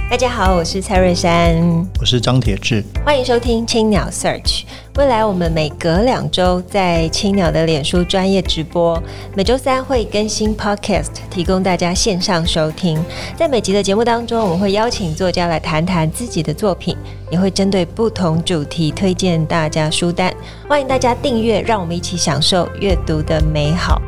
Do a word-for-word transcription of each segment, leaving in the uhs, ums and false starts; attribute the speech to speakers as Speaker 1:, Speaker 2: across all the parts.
Speaker 1: 大家好，我是蔡瑞珊，
Speaker 2: 我是张铁志，
Speaker 1: 欢迎收听青鸟 Search。未来我们每隔两周在青鸟的脸书专业直播，每周三会更新 Podcast， 提供大家线上收听。在每集的节目当中，我们会邀请作家来谈谈自己的作品，也会针对不同主题推荐大家书单。欢迎大家订阅，让我们一起享受阅读的美好。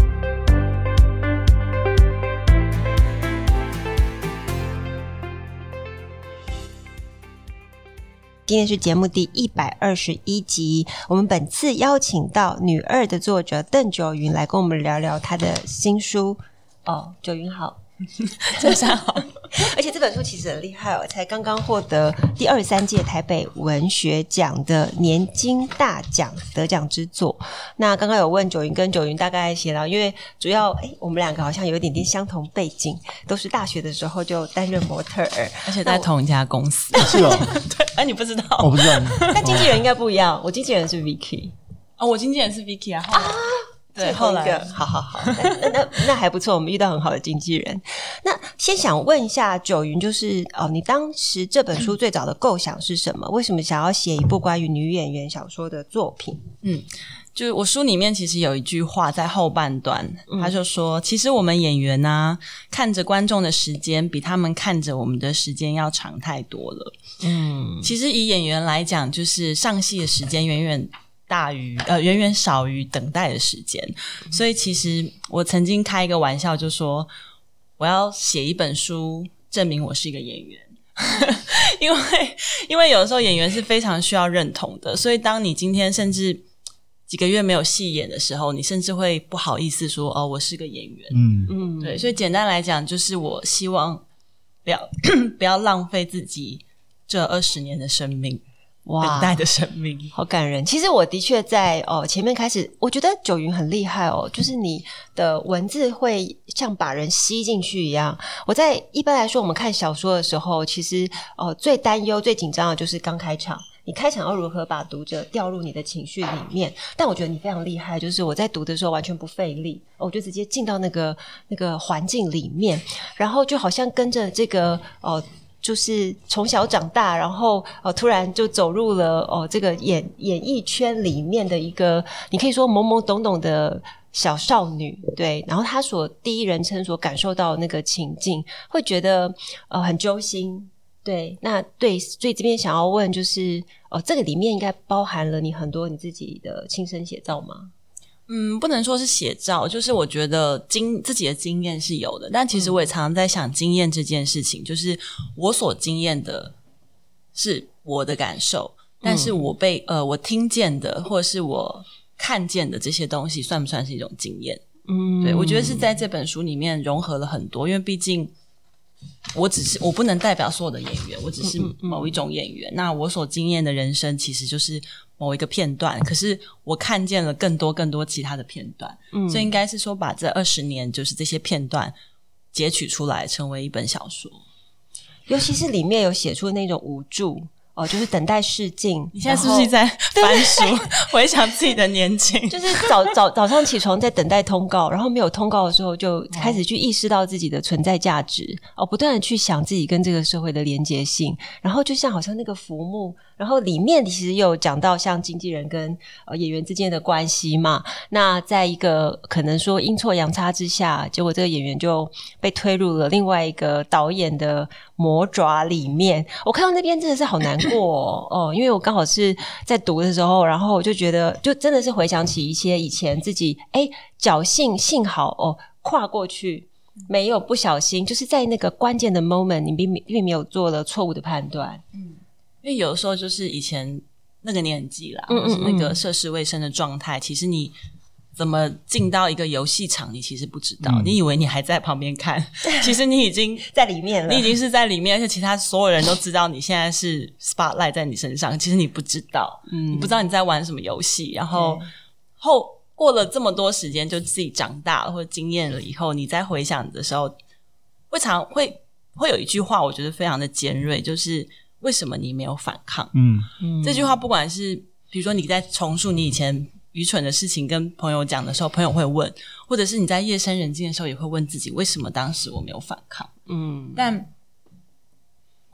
Speaker 1: 今天是节目第一百二十一集，我们本次邀请到女二的作者邓九云来跟我们聊聊她的新书。哦，九云好。
Speaker 3: 真是好。
Speaker 1: 而且这本书其实很厉害哦，才刚刚获得第二十三届台北文学奖的年金大奖得奖之作。那刚刚有问九云跟九云大概写了，因为主要诶我们两个好像有一点点相同背景，都是大学的时候就担任模特儿，
Speaker 3: 而且在同一家公司。
Speaker 2: 是哦。
Speaker 3: 对，哎、啊，你不知道？
Speaker 2: 我不知道。
Speaker 1: 但经纪人应该不一样，我经纪人是 Vicky。
Speaker 3: 哦，我经纪人是 Vicky 啊。啊对，后来
Speaker 1: 好好好，那那那还不错，我们遇到很好的经纪人。那先想问一下九云，就是哦，你当时这本书最早的构想是什么？为什么想要写一部关于女演员小说的作品？
Speaker 3: 嗯，就是我书里面其实有一句话在后半段，
Speaker 1: 嗯、
Speaker 3: 他就说，其实我们演员啊，看着观众的时间比他们看着我们的时间要长太多了。嗯，其实以演员来讲，就是上戏的时间远远大于呃远远少于等待的时间，所以其实我曾经开一个玩笑，就说我要写一本书证明我是一个演员。因为因为有的时候演员是非常需要认同的，所以当你今天甚至几个月没有戏演的时候，你甚至会不好意思说哦，我是个演员。嗯嗯，对，所以简单来讲，就是我希望不要不要浪费自己这二十年的生命。等待的生命，
Speaker 1: 好感人。其实我的确在哦前面开始，我觉得九云很厉害哦，就是你的文字会像把人吸进去一样。我在一般来说，我们看小说的时候，其实哦最担忧、最紧张的就是刚开场。你开场要如何把读者调入你的情绪里面？但我觉得你非常厉害，就是我在读的时候完全不费力，我就直接进到那个那个环境里面，然后就好像跟着这个哦。就是从小长大，然后呃突然就走入了哦这个演演艺圈里面的一个，你可以说懵懵懂懂的小少女，对，然后她所第一人称所感受到的那个情境，会觉得呃很揪心，对，那对，所以这边想要问就是哦这个里面应该包含了你很多你自己的亲身写照吗？
Speaker 3: 嗯，不能说是写照，就是我觉得经自己的经验是有的，但其实我也常常在想经验这件事情，就是我所经验的是我的感受，但是我被呃我听见的或者是我看见的这些东西算不算是一种经验？嗯，对，我觉得是在这本书里面融合了很多，因为毕竟我只是我不能代表所有的演员，我只是某一种演员，嗯嗯嗯，那我所经验的人生其实就是某一个片段，可是我看见了更多更多其他的片段，嗯，所以应该是说把这二十年就是这些片段截取出来成为一本小说。
Speaker 1: 尤其是里面有写出那种无助哦，就是等待试镜。
Speaker 3: 你现在是不是在翻书？回想自己的年轻，
Speaker 1: 就是早早早上起床在等待通告，然后没有通告的时候就开始去意识到自己的存在价值哦，不断的去想自己跟这个社会的连结性，然后就像好像那个浮木，然后里面其实有讲到像经纪人跟呃演员之间的关系嘛，那在一个可能说阴错阳差之下，结果这个演员就被推入了另外一个导演的魔爪里面。我看到那边真的是好难过哦，哦因为我刚好是在读的时候，然后我就觉得就真的是回想起一些以前自己诶侥幸幸好哦跨过去，没有不小心，就是在那个关键的 moment 你并并没有做了错误的判断。嗯，
Speaker 3: 因为有的时候就是以前那个年纪啦，嗯嗯嗯，或是那个涉世未深的状态，其实你怎么进到一个游戏场你其实不知道，嗯，你以为你还在旁边看，其实你已经
Speaker 1: 在里面了，
Speaker 3: 你已经是在里面，而且其他所有人都知道你现在是 spotlight 在你身上，其实你不知道，嗯，你不知道你在玩什么游戏，然后后过了这么多时间就自己长大了或者经验了以后，你再回想的时候会常会会有一句话我觉得非常的尖锐，就是为什么你没有反抗？嗯，这句话不管是比如说你在重述你以前愚蠢的事情跟朋友讲的时候，朋友会问，或者是你在夜深人静的时候也会问自己，为什么当时我没有反抗？嗯，但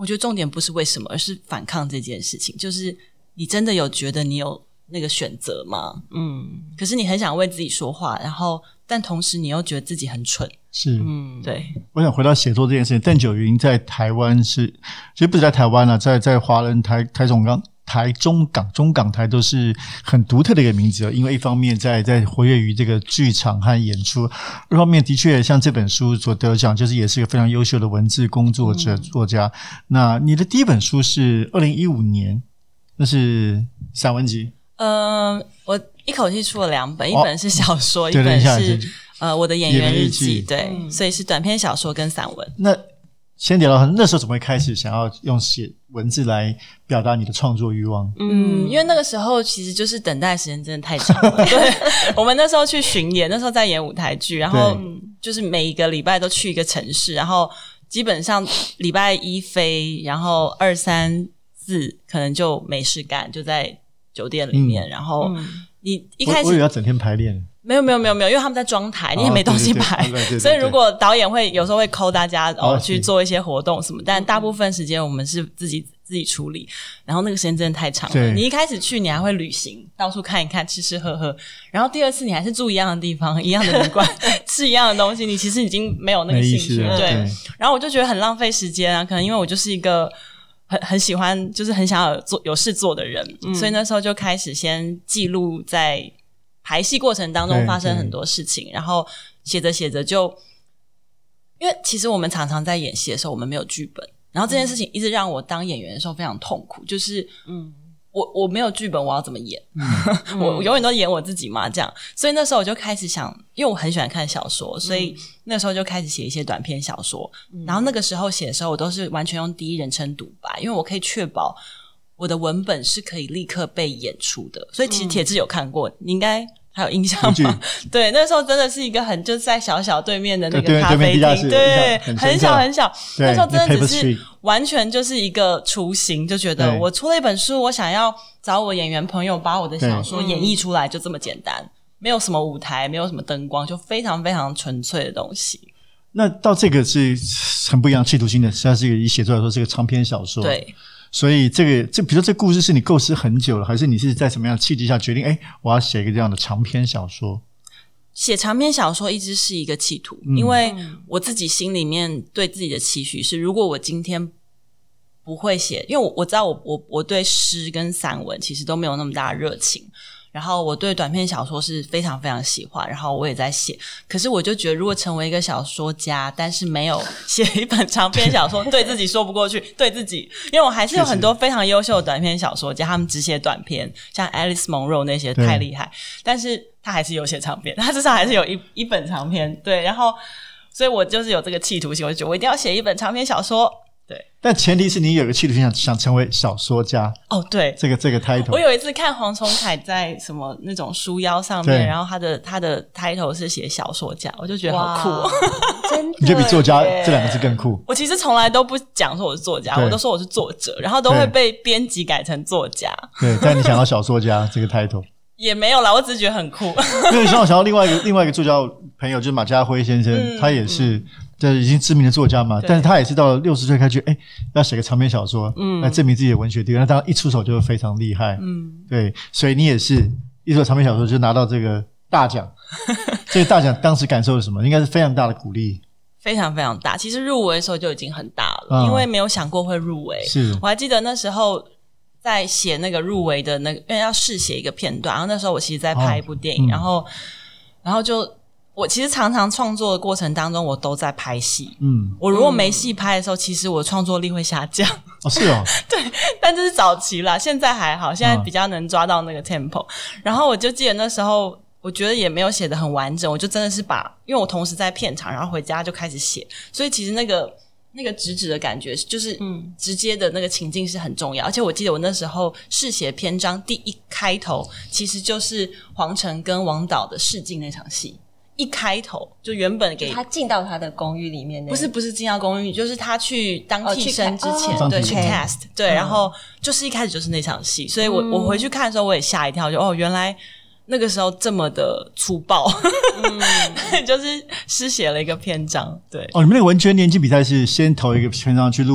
Speaker 3: 我觉得重点不是为什么，而是反抗这件事情。就是你真的有觉得你有那个选择吗？嗯，可是你很想为自己说话，然后但同时你又觉得自己很蠢。
Speaker 2: 是，
Speaker 3: 嗯，对。
Speaker 2: 我想回到写作这件事情，邓九云在台湾是，其实不止在台湾啊，在在华人台台中港、台中港、中港台都是很独特的一个名字，因为一方面在在活跃于这个剧场和演出，二方面的确像这本书所得奖，就是也是一个非常优秀的文字工作者、嗯、作家。那你的第一本书是二零一五年，那是散文集。
Speaker 3: 呃，我一口气出了两本，一本是小说，哦、一本是呃我的演员日记，对、嗯，所以是短篇小说跟散文。
Speaker 2: 那先聊到那时候怎么会开始想要用写文字来表达你的创作欲望？
Speaker 3: 嗯，因为那个时候其实就是等待时间真的太长了。对，我们那时候去巡演，那时候在演舞台剧，然后就是每一个礼拜都去一个城市，然后基本上礼拜一飞，然后二三四可能就没事干，就在酒店里面，嗯、然后你一开始
Speaker 2: 我以为要整天排练。
Speaker 3: 没有没有没有没有，因为他们在装台，你也没东西排，
Speaker 2: 哦、
Speaker 3: 所以如果导演会有时候会 call 大家哦去做一些活动什么，但大部分时间我们是自己自己处理。然后那个时间真的太长了，你一开始去你还会旅行，到处看一看，吃吃喝喝，然后第二次你还是住一样的地方，一样的旅馆，吃一样的东西，你其实已经没有那个兴趣，对。对然后我就觉得很浪费时间啊，可能因为我就是一个很很喜欢，就是很想要有做有事做的人、嗯，所以那时候就开始先记录在排戏过程当中发生很多事情，然后写着写着就，因为其实我们常常在演戏的时候我们没有剧本，然后这件事情一直让我当演员的时候非常痛苦，就是嗯，我我没有剧本我要怎么演、嗯、我, 我永远都演我自己嘛这样，所以那时候我就开始想，因为我很喜欢看小说，所以那时候就开始写一些短篇小说、嗯、然后那个时候写的时候我都是完全用第一人称独白，因为我可以确保我的文本是可以立刻被演出的，所以其实铁志有看过、嗯、你应该还有印象吗？对，那时候真的是一个很就是在小小对面的那个咖啡厅，对，很小很小，那时候真的只是完全就是一个雏形，就觉得我出了一本书，我想要找我演员朋友把我的小说演绎出来，就这么简单，没有什么舞台，没有什么灯光，就非常非常纯粹的东西。
Speaker 2: 那到这个是很不一样企图心的，实际上是一个以写作来说是一个长篇小说，
Speaker 3: 对。
Speaker 2: 所以这个这比如说这故事是你构思很久了，还是你是在什么样的契机下决定诶我要写一个这样的长篇小说？
Speaker 3: 写长篇小说一直是一个企图、嗯、因为我自己心里面对自己的期许是，如果我今天不会写，因为我我知道我我我对诗跟散文其实都没有那么大的热情，然后我对短篇小说是非常非常喜欢，然后我也在写，可是我就觉得如果成为一个小说家但是没有写一本长篇小说对自己说不过去，对自己，因为我还是有很多非常优秀的短篇小说家，他们只写短篇，像 Alice Munro 那些太厉害，但是他还是有写长篇，他至少还是有一一本长篇，对，然后所以我就是有这个企图心，我就觉得我一定要写一本长篇小说，对，但
Speaker 2: 前提是你有个企图心，想想成为小说家。
Speaker 3: 哦，对，
Speaker 2: 这个这个 title，
Speaker 3: 我有一次看黄崇凯在什么那种书腰上面，然后他的他的 title 是写小说家，我就觉得好酷哦，
Speaker 1: 真的，
Speaker 2: 你觉得比作家这两个字更酷？
Speaker 3: 我其实从来都不讲说我是作家，我都说我是作者，然后都会被编辑改成作家。
Speaker 2: 对，但你想要小说家这个 title
Speaker 3: 也没有啦，我只是觉得很酷。
Speaker 2: 因为像我想到另外一个另外一个作家朋友，就是马家辉先生，嗯、他也是。嗯这已经知名的作家嘛，但是他也是到了六十岁开始诶要写个长篇小说、嗯、来证明自己的文学地位，那当然一出手就非常厉害，嗯，对，所以你也是一出长篇小说就拿到这个大奖这个大奖当时感受是什么？应该是非常大的鼓励，
Speaker 3: 非常非常大，其实入围的时候就已经很大了、嗯、因为没有想过会入围，
Speaker 2: 是
Speaker 3: 我还记得那时候在写那个入围的那个，因为要试写一个片段，然后那时候我其实在拍一部电影、哦嗯、然后然后就我其实常常创作的过程当中我都在拍戏，嗯，我如果没戏拍的时候、嗯、其实我创作力会下降，
Speaker 2: 哦是哦
Speaker 3: 对，但这是早期啦，现在还好，现在比较能抓到那个 tempo、嗯、然后我就记得那时候我觉得也没有写得很完整，我就真的是把，因为我同时在片场然后回家就开始写，所以其实那个那个直指的感觉就是直接的那个情境是很重要、嗯、而且我记得我那时候试写篇章第一开头其实就是黄晨跟王导的试镜那场戏，一开头就原本给
Speaker 1: 他进到他的公寓里面，
Speaker 3: 不是不是进到公寓，就是他去当替身之前、
Speaker 2: 哦、
Speaker 3: 对去 cast 对、嗯、然后就是一开始就是那场戏，所以我、嗯、我回去看的时候我也吓一跳，就哦原来那个时候这么的粗暴、嗯、就是失写了一个篇章，对
Speaker 2: 哦，你们那个文学年纪比赛是先投一个篇章去入围，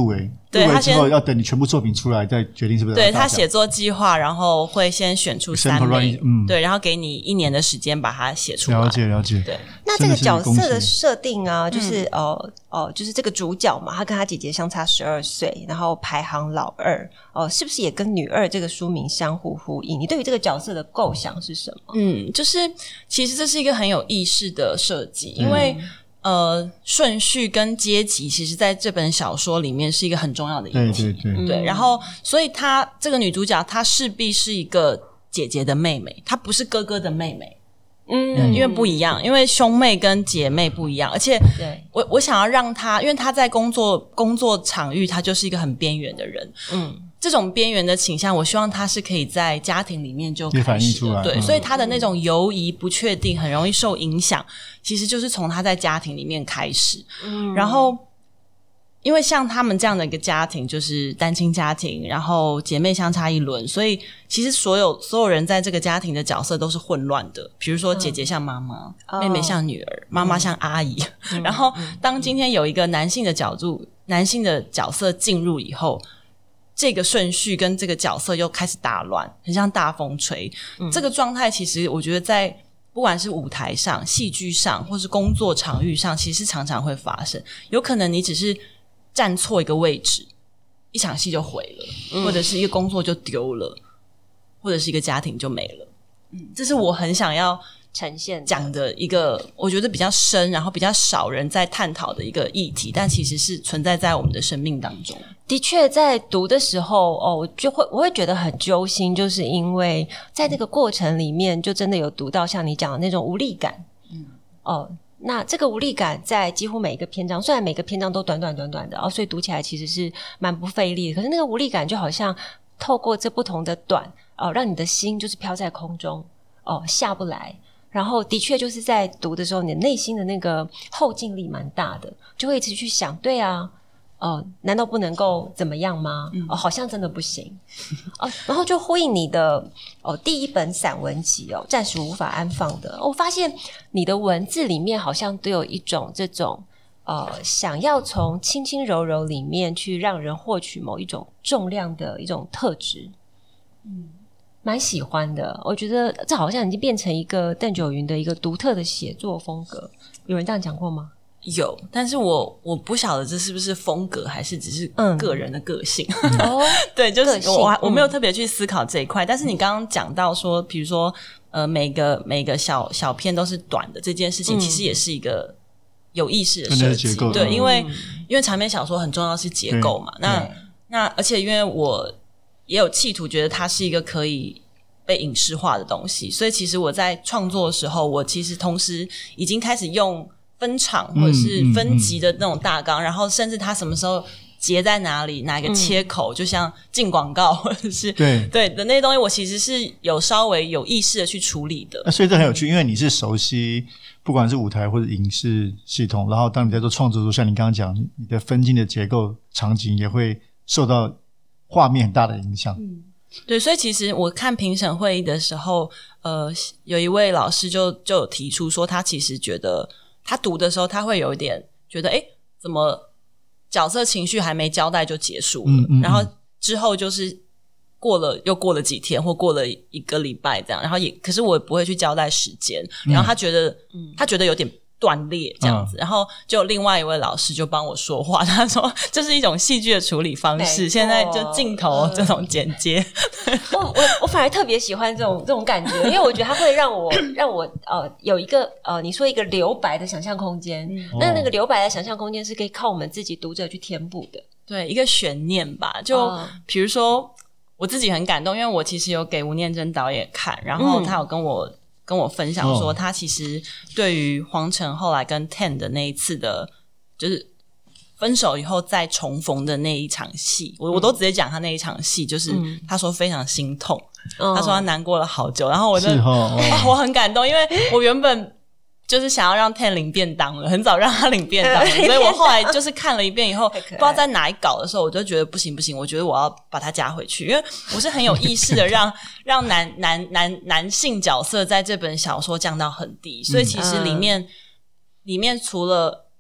Speaker 3: 对他先
Speaker 2: 要等你全部作品出来再决定是不是。
Speaker 3: 对他写作计划，然后会先选出三类，嗯，对，然后给你一年的时间把它写出来。
Speaker 2: 了解了解。
Speaker 3: 对，
Speaker 1: 那这个角色的设定啊，就是哦哦、呃，就是这个主角嘛，他跟他姐姐相差十二岁，然后排行老二，哦、呃，是不是也跟女二这个书名相互呼应？你对于这个角色的构想是什么？
Speaker 3: 嗯，就是其实这是一个很有意识的设计，因为。嗯呃，顺序跟阶级，其实在这本小说里面是一个很重要的议题。
Speaker 2: 对对对，
Speaker 3: 对。然后，所以她这个女主角，她势必是一个姐姐的妹妹，她不是哥哥的妹妹。嗯，因为不一样，因为兄妹跟姐妹不一样，而且我我想要让她，因为她在工作工作场域，她就是一个很边缘的人。嗯。这种边缘的倾向，我希望他是可以在家庭里面就开始
Speaker 2: 反映出来，
Speaker 3: 对、嗯，所以他的那种犹疑、不确定，很容易受影响，其实就是从他在家庭里面开始。嗯，然后因为像他们这样的一个家庭，就是单亲家庭，然后姐妹相差一轮，所以其实所有所有人在这个家庭的角色都是混乱的。比如说，姐姐像妈妈，嗯、妹妹像女儿，妈妈像阿姨。嗯、然后，当今天有一个男性的角度、男性的角色进入以后。这个顺序跟这个角色又开始打乱，很像大风吹、嗯、这个状态其实我觉得在不管是舞台上、戏剧上或是工作场域上，其实常常会发生。有可能你只是站错一个位置，一场戏就毁了、嗯、或者是一个工作就丢了，或者是一个家庭就没了。嗯，这是我很想要
Speaker 1: 呈现
Speaker 3: 讲的一个我觉得比较深，然后比较少人在探讨的一个议题，但其实是存在在我们的生命当中。
Speaker 1: 的确在读的时候哦，我就会我会觉得很揪心，就是因为在这个过程里面就真的有读到像你讲的那种无力感。嗯，哦，那这个无力感在几乎每一个篇章，虽然每个篇章都短短短短的哦，所以读起来其实是蛮不费力的，可是那个无力感就好像透过这不同的短哦，让你的心就是飘在空中哦，下不来。然后的确就是在读的时候，你的内心的那个后劲力蛮大的，就会一直去想，对啊，呃，难道不能够怎么样吗？嗯、哦，好像真的不行哦。然后就呼应你的哦第一本散文集哦，暂时无法安放的。我发现你的文字里面好像都有一种这种呃，想要从轻轻柔柔里面去让人获取某一种重量的一种特质。嗯。蛮喜欢的，我觉得这好像已经变成一个邓九云的一个独特的写作风格。有人这样讲过吗？
Speaker 3: 有，但是我我不晓得这是不是风格，还是只是个人的个性。
Speaker 1: 哦、嗯，
Speaker 3: 对，就是我我没有特别去思考这一块、嗯。但是你刚刚讲到说，比如说呃，每个每个小小篇都是短的这件事情，嗯、其实也是一个有意识的设计。对，因为、嗯、因为长篇小说很重要是结构嘛。那那而且因为我。也有企图觉得它是一个可以被影视化的东西，所以其实我在创作的时候，我其实同时已经开始用分场或者是分级的那种大纲、嗯嗯嗯、然后甚至它什么时候结在哪里，哪一个切口、嗯、就像进广告或者是
Speaker 2: 对
Speaker 3: 对的那些东西，我其实是有稍微有意识的去处理的。
Speaker 2: 那所以这很有趣，因为你是熟悉不管是舞台或者影视系统，然后当你在做创作的时候，像你刚刚讲你的分镜的结构场景也会受到画面很大的影响。
Speaker 3: 嗯，对，所以其实我看评审会议的时候，呃，有一位老师就就有提出说，他其实觉得他读的时候，他会有一点觉得，诶，怎么角色情绪还没交代就结束了？嗯嗯嗯，然后之后就是过了又过了几天，或过了一个礼拜这样，然后也可是我也不会去交代时间，然后他觉得，嗯，他觉得有点断裂这样子、嗯、然后就另外一位老师就帮我说话，他说这是一种戏剧的处理方式，现在就镜头这种剪接、
Speaker 1: 嗯、我我我反而特别喜欢这种这种感觉，因为我觉得它会让我让我呃有一个呃你说一个留白的想象空间、嗯、那那个留白的想象空间是可以靠我们自己读者去填补的，
Speaker 3: 对，一个悬念吧。就、哦、比如说我自己很感动，因为我其实有给吴念真导演看，然后他有跟我、嗯跟我分享说，他其实对于黄晨后来跟 Ten 的那一次的，就是分手以后再重逢的那一场戏，我我都直接讲他那一场戏，就是他说非常心痛，嗯、他说他难过了好久，然后我就、哦哦、我很感动，因为我原本就是想要让 Ten 领便当了，很早让他领便当了，所以我后来就是看了一遍以后，不知道在哪一稿的时候，我就觉得不行不行，我觉得我要把它加回去，因为我是很有意识的让让男男男男性角色在这本小说降到很低，所以其实里面、嗯、里面除了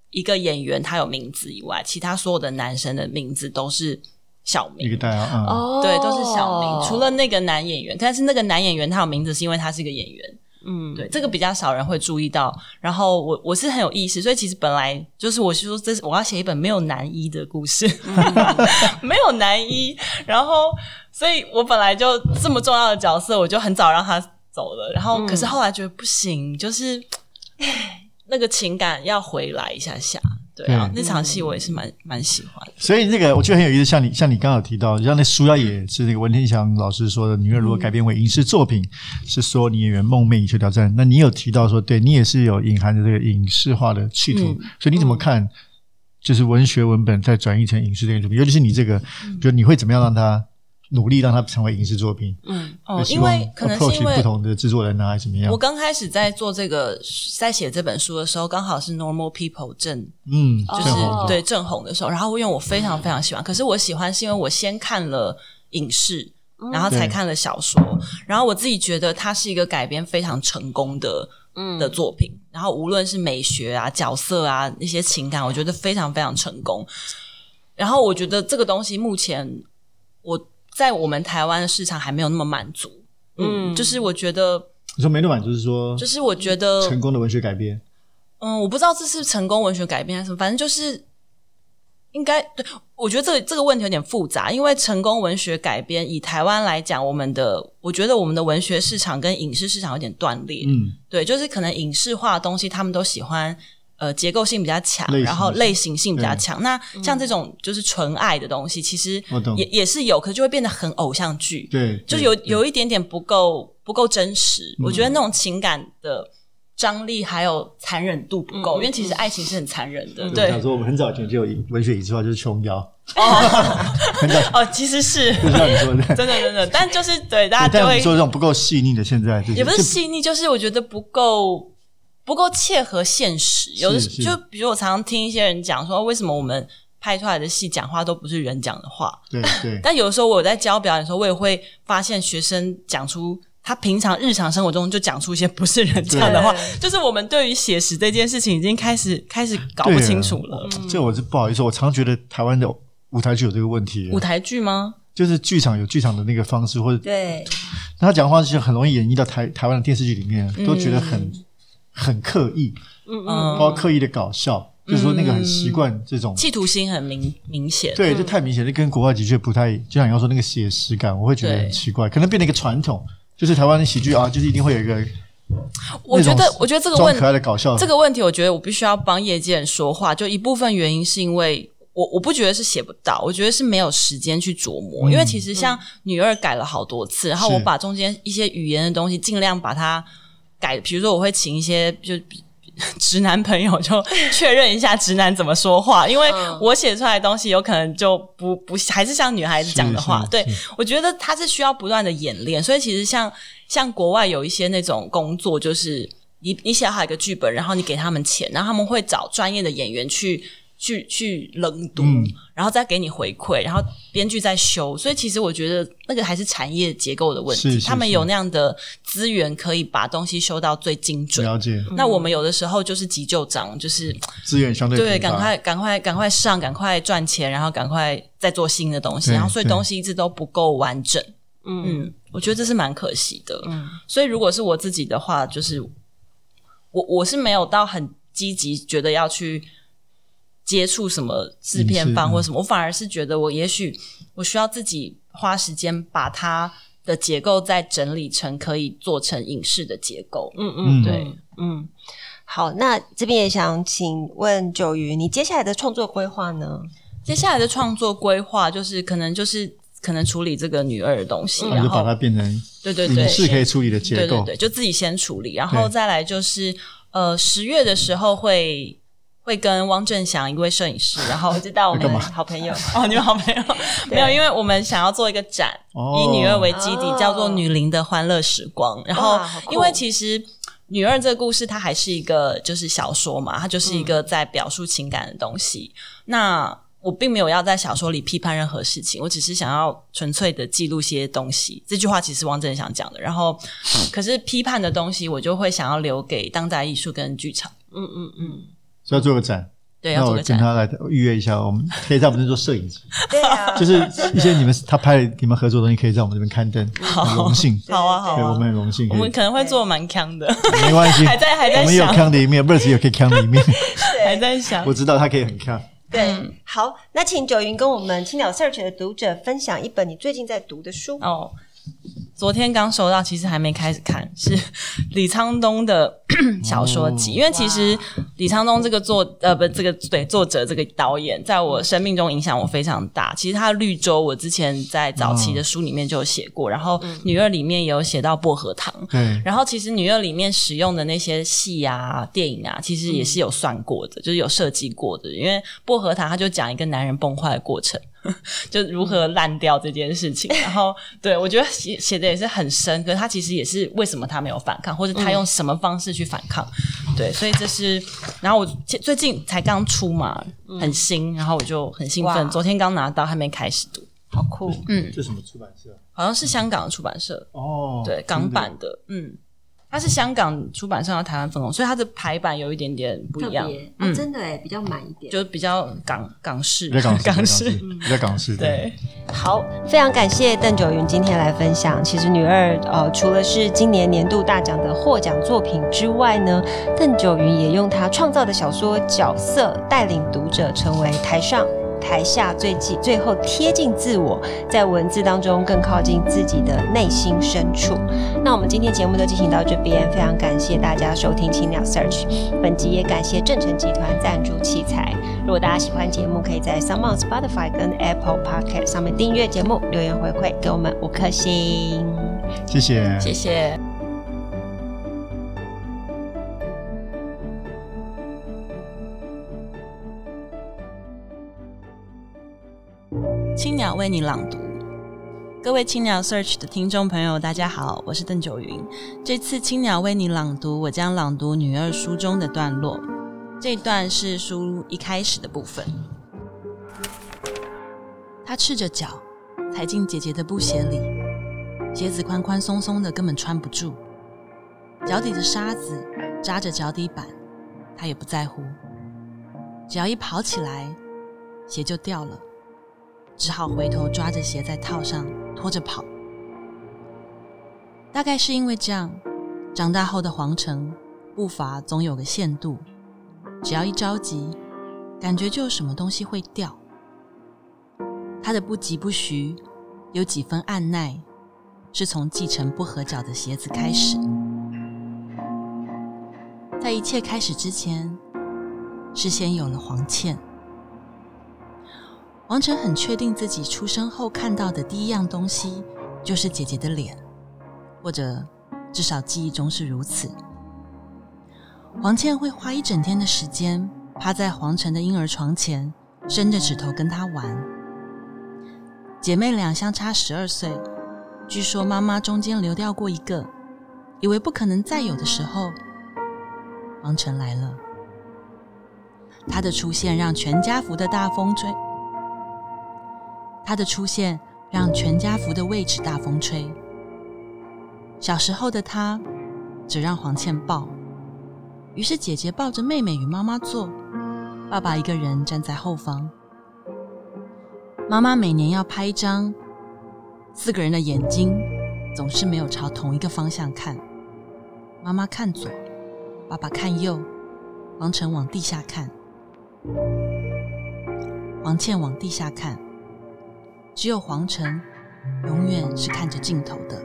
Speaker 3: 一个演员他有名字以外，其他所有的男生的名字都是小名，
Speaker 2: 一个代号，嗯，
Speaker 1: 哦，
Speaker 3: 对，都是小名，除了那个男演员，但是那个男演员他有名字是因为他是一个演员。嗯，对，这个比较少人会注意到。然后我我是很有意识，所以其实本来就是我是说，这是我要写一本没有男一的故事，嗯、没有男一。然后，所以我本来就这么重要的角色，我就很早让他走了。然后，可是后来觉得不行，就是那个情感要回来一下下。对啊，对那场戏我也是蛮蛮喜欢的。
Speaker 2: 所以那个我觉得很有意思，像你像你刚刚有提到，像那书腰也是那个文天祥老师说的，女儿如果改编为影视作品，嗯、是所有女演员梦寐以求挑战。那你有提到说，对你也是有隐含着这个影视化的企图，嗯、所以你怎么看？就是文学文本再转译成影视这件作品，尤其是你这个，嗯、就你会怎么样让它努力让它成为影视作品？嗯，
Speaker 3: 哦，因为可能是因为
Speaker 2: 不同的制作人啊，还是怎么样？
Speaker 3: 我刚开始在做这个，在写这本书的时候，刚好是 Normal People 正，
Speaker 2: 嗯，
Speaker 3: 就是对正红的时候。然后因为我非常非常喜欢，可是我喜欢是因为我先看了影视，然后才看了小说，然后我自己觉得它是一个改编非常成功的。的作品，然后无论是美学啊、角色啊那些情感，我觉得非常非常成功。然后我觉得这个东西目前我在我们台湾的市场还没有那么满足。嗯，就是我觉得
Speaker 2: 你说没那么满足，就是说，
Speaker 3: 就是我觉得
Speaker 2: 成功的文学改编。
Speaker 3: 嗯，我不知道这是成功文学改编还是什么，反正就是应该对。我觉得这个这个问题有点复杂，因为成功文学改编以台湾来讲，我们的我觉得我们的文学市场跟影视市场有点断裂。嗯，对，就是可能影视化的东西，他们都喜欢呃结构性比较强，然后类型性比较强。那像这种就是纯爱的东西，其实也也是有，可是就会变得很偶像剧。
Speaker 2: 对，
Speaker 3: 就有有一点点不够不够真实。嗯、我觉得那种情感的张力还有残忍度不够，嗯、因为其实爱情是很残忍的。嗯、对，
Speaker 2: 想说我们很早以前就有文学影视化，就是琼瑶。
Speaker 3: 哦，很早哦，其实是，
Speaker 2: 就像你说的，
Speaker 3: 真的真的，但就是对大家就会
Speaker 2: 说这种不够细腻的，现在、就是、
Speaker 3: 也不是细腻，就是我觉得不够不够切合现实。有的就比如我常常听一些人讲说，为什么我们拍出来的戏讲话都不是人讲的话？
Speaker 2: 对对。
Speaker 3: 但有的时候我在教表演的时候，我也会发现学生讲出。他平常日常生活中就讲出一些不是人讲的话，就是我们对于写实这件事情已经开始开始搞不清楚了。
Speaker 2: 嗯、这我是不好意思，我常觉得台湾的舞台剧有这个问题。
Speaker 3: 舞台剧吗？
Speaker 2: 就是剧场有剧场的那个方式，或者
Speaker 1: 对，
Speaker 2: 他讲话就很容易演绎到台台湾的电视剧里面，都觉得很、嗯、很刻意，嗯嗯，包括刻意的搞笑。就是说那个很习惯这种
Speaker 3: 企图心很明明显，
Speaker 2: 对，就太明显，就跟国外的确不太，就像你要说那个写实感，我会觉得很奇怪，可能变成一个传统。就是台湾的喜剧啊，就是一定会有一个，
Speaker 3: 我觉得，我觉得这个问
Speaker 2: 可爱的搞笑
Speaker 3: 这个问题，我觉得我必须要帮业界人说话。就一部分原因是因为我我不觉得是写不到，我觉得是没有时间去琢磨。嗯、因为其实像女二改了好多次，然后我把中间一些语言的东西尽量把它改，比如说我会请一些就。直男朋友就确认一下直男怎么说话，因为我写出来的东西有可能就不不还是像女孩子讲的话。对，我觉得它是需要不断的演练，所以其实像像国外有一些那种工作，就是你你写好一个剧本，然后你给他们钱，然后他们会找专业的演员去去去冷读、嗯、然后再给你回馈，然后编剧再修。所以其实我觉得那个还是产业结构的问题，
Speaker 2: 是是是，
Speaker 3: 他们有那样的资源可以把东西修到最精准。
Speaker 2: 了解。
Speaker 3: 那我们有的时候就是急就章，就是
Speaker 2: 资源相对
Speaker 3: 对，赶快赶快赶快上，赶快赚钱，然后赶快再做新的东西，然后所以东西一直都不够完整。嗯嗯，我觉得这是蛮可惜的。嗯，所以如果是我自己的话，就是我我是没有到很积极觉得要去接触什么制片方或什么，我反而是觉得我也许我需要自己花时间把它的结构再整理成可以做成影视的结构。嗯嗯，对，
Speaker 1: 嗯。好，那这边也想请问九瑜，你接下来的创作规划呢？
Speaker 3: 接下来的创作规划就是可能就是可能处理这个女二的东西，
Speaker 2: 嗯、
Speaker 3: 然后
Speaker 2: 就把它变成
Speaker 3: 对对对
Speaker 2: 影视可以处理的结构，
Speaker 3: 对对对，就自己先处理，然后再来就是呃十月的时候会。会跟汪正祥一位摄影师，然后就带我们好朋友哦，你们好朋友没有？因为我们想要做一个展，哦、以女二为基底，哦、叫做《女伶的欢乐时光》。然后，因为其实女二这个故事，它还是一个就是小说嘛，它就是一个在表述情感的东西。嗯、那我并没有要在小说里批判任何事情，我只是想要纯粹的记录些东西。这句话其实汪正祥讲的。然后，可是批判的东西，我就会想要留给当代艺术跟剧场。嗯嗯嗯。
Speaker 2: 所以要做个展，
Speaker 3: 对，
Speaker 2: 那我
Speaker 3: 要做个展。
Speaker 2: 跟他来预约一下，我们可以在我们这边做摄影集，
Speaker 1: 对啊，
Speaker 2: 就是一些你们他拍的你们合作的东西，可以在我们这边刊登，很荣幸。
Speaker 3: 好啊，好
Speaker 2: 对，我
Speaker 3: 啊，
Speaker 2: 们很荣幸可以。
Speaker 3: 我们可能会做蛮强的，
Speaker 2: 没关系，
Speaker 3: 还在还在
Speaker 2: 我们有
Speaker 3: 想
Speaker 2: 强的一面 ，Verse 也可以强的一面。
Speaker 3: 还在想
Speaker 2: 我。知道他可以很强。
Speaker 1: 对，好，那请九云跟我们青鸟 Search 的读者分享一本你最近在读的书。
Speaker 3: 哦，昨天刚收到，其实还没开始看，是李沧东的小说集。
Speaker 2: 哦
Speaker 3: 因为其实李沧东这个作呃不这个对作者这个导演，在我生命中影响我非常大。其实他的《绿洲》，我之前在早期的书里面就有写过，然后《女二》里面也有写到薄荷糖。
Speaker 2: 对，
Speaker 3: 然后其实《女二》里面使用的那些戏啊、电影啊，其实也是有算过的，就是有设计过的。因为薄荷糖，他就讲一个男人崩坏的过程。就如何烂掉这件事情，然后对我觉得写写的也是很深，可是他其实也是为什么他没有反抗，或者他用什么方式去反抗，嗯、对，所以这是，然后我最近才刚出嘛，很新，然后我就很兴奋，昨天刚拿到，还没开始读，
Speaker 1: 好酷，
Speaker 3: 嗯，
Speaker 2: 这什么出版社？
Speaker 3: 好像是香港的出版社
Speaker 2: 哦，
Speaker 3: 对，港版的，嗯。它是香港出版社到台湾分公，所以它的排版有一点点不一样，
Speaker 1: 嗯，哦、真的耶，比较满一点，
Speaker 3: 就比较港港式，
Speaker 2: 比较港式，
Speaker 3: 港式，
Speaker 2: 比较港式。
Speaker 3: 对，
Speaker 1: 好，非常感谢邓九云今天来分享。其实女二呃，除了是今年年度大奖的获奖作品之外呢，邓九云也用她创造的小说角色带领读者成为台上台下最近最后贴近自我，在文字当中更靠近自己的内心深处。那我们今天节目就进行到这边，非常感谢大家收听青鸟 Search， 本集也感谢正成集团赞助器材。如果大家喜欢节目，可以在 SoundOn、Spotify 跟 Apple Podcast 上面订阅节目，留言回馈给我们五颗星，
Speaker 2: 谢谢，
Speaker 3: 谢谢。青鸟为你朗读，各位青鸟 Search 的听众朋友，大家好，我是邓九云。这次青鸟为你朗读，我将朗读女二书中的段落。这一段是书一开始的部分。她赤着脚踩进姐姐的布鞋里，鞋子宽宽松松的，根本穿不住。脚底的沙子扎着脚底板，她也不在乎。只要一跑起来，鞋就掉了。只好回头抓着鞋再套上，拖着跑。大概是因为这样，长大后的黄成步伐总有个限度，只要一着急，感觉就有什么东西会掉。他的不疾不徐，有几分按耐，是从继承不合脚的鞋子开始。在一切开始之前，是先有了黄倩。王晨很确定自己出生后看到的第一样东西就是姐姐的脸，或者至少记忆中是如此。黄倩会花一整天的时间趴在黄晨的婴儿床前，伸着指头跟他玩。姐妹俩相差十二岁，据说妈妈中间流掉过一个，以为不可能再有的时候，王晨来了。他的出现让全家福的大风吹他的出现让全家福的位置大风吹。小时候的他只让黄倩抱，于是姐姐抱着妹妹与妈妈坐，爸爸一个人站在后方。妈妈每年要拍一张，四个人的眼睛总是没有朝同一个方向看。妈妈看左，爸爸看右，黄晨往地下看，黄倩往地下看，只有黄晨永远是看着镜头的。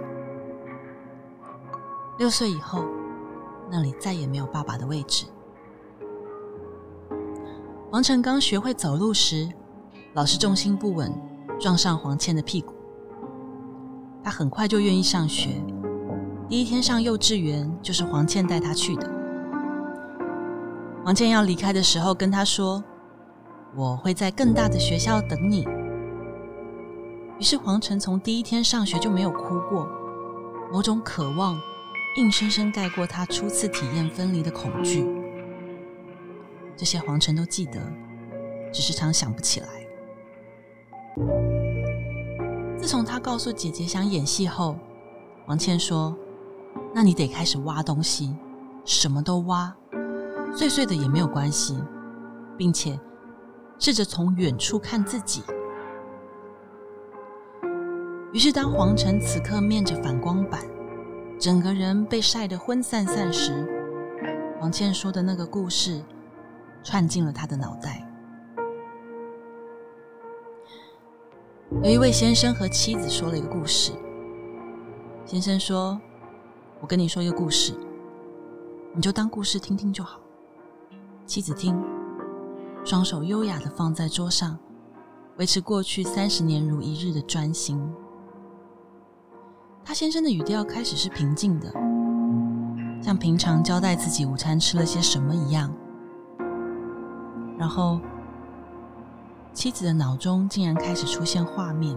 Speaker 3: 六岁以后，那里再也没有爸爸的位置。黄晨刚学会走路时，老是重心不稳，撞上黄倩的屁股。他很快就愿意上学，第一天上幼稚园就是黄倩带他去的。黄倩要离开的时候跟他说，我会在更大的学校等你。于是黄晨从第一天上学就没有哭过，某种渴望硬生生盖过他初次体验分离的恐惧。这些黄晨都记得，只是常想不起来。自从他告诉姐姐想演戏后，黄倩说，那你得开始挖东西，什么都挖，碎碎的也没有关系， 并且试着从远处看自己。于是当黄晨此刻面着反光板，整个人被晒得昏散散时，王倩说的那个故事串进了他的脑袋。有一位先生和妻子说了一个故事。先生说，我跟你说一个故事，你就当故事听听就好。妻子听，双手优雅地放在桌上，维持过去三十年如一日的专心。他先生的语调开始是平静的，像平常交代自己午餐吃了些什么一样。然后妻子的脑中竟然开始出现画面。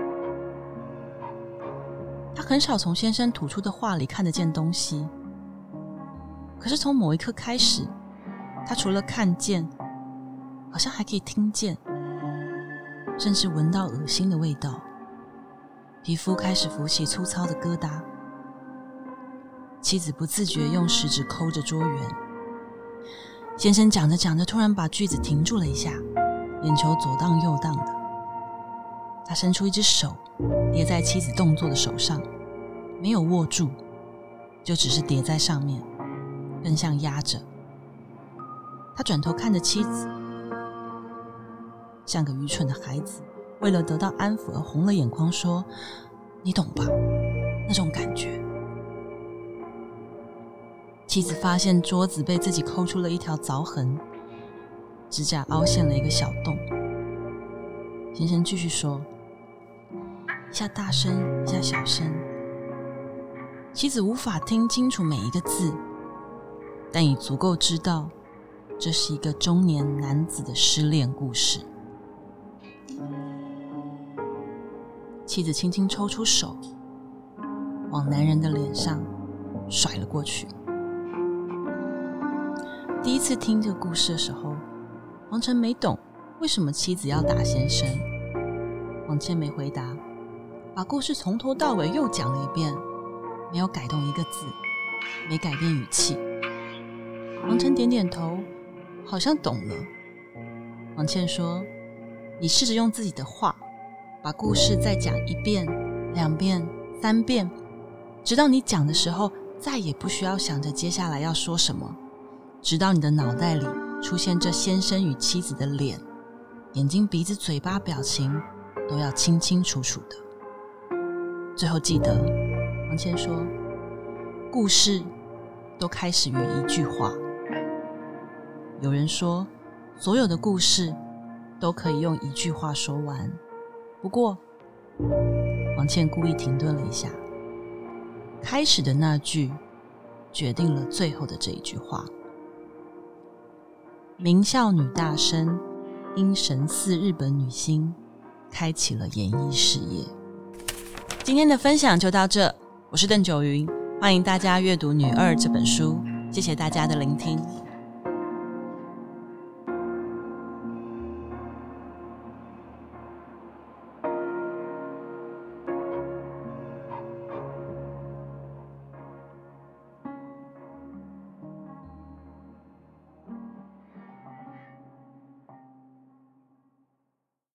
Speaker 3: 他很少从先生吐出的话里看得见东西，可是从某一刻开始，他除了看见，好像还可以听见，甚至闻到恶心的味道，皮肤开始浮起粗糙的疙瘩。妻子不自觉用食指抠着桌缘。先生讲着讲着，突然把句子停住了一下，眼球左荡右荡的。他伸出一只手叠在妻子动作的手上，没有握住，就只是叠在上面，更像压着。他转头看着妻子，像个愚蠢的孩子，为了得到安抚而红了眼眶，说，你懂吧，那种感觉。妻子发现桌子被自己抠出了一条凿痕，指甲凹陷了一个小洞。先生继续说，一下大声，一下小声。妻子无法听清楚每一个字，但已足够知道这是一个中年男子的失恋故事。妻子轻轻抽出手，往男人的脸上甩了过去。第一次听这个故事的时候，王晨没懂为什么妻子要打先生。王倩没回答，把故事从头到尾又讲了一遍，没有改动一个字，没改变语气。王晨点点头，好像懂了。王倩说，你试着用自己的话把故事再讲一遍、两遍、三遍，直到你讲的时候再也不需要想着接下来要说什么，直到你的脑袋里出现这先生与妻子的脸，眼睛、鼻子、嘴巴、表情都要清清楚楚的。最后记得，王倩说，故事都开始于一句话。有人说，所有的故事都可以用一句话说完。不过，王倩故意停顿了一下，开始的那句决定了最后的这一句话。名校女大生因神似日本女星，开启了演艺事业。今天的分享就到这，我是邓九云，欢迎大家阅读《女二》这本书，谢谢大家的聆听。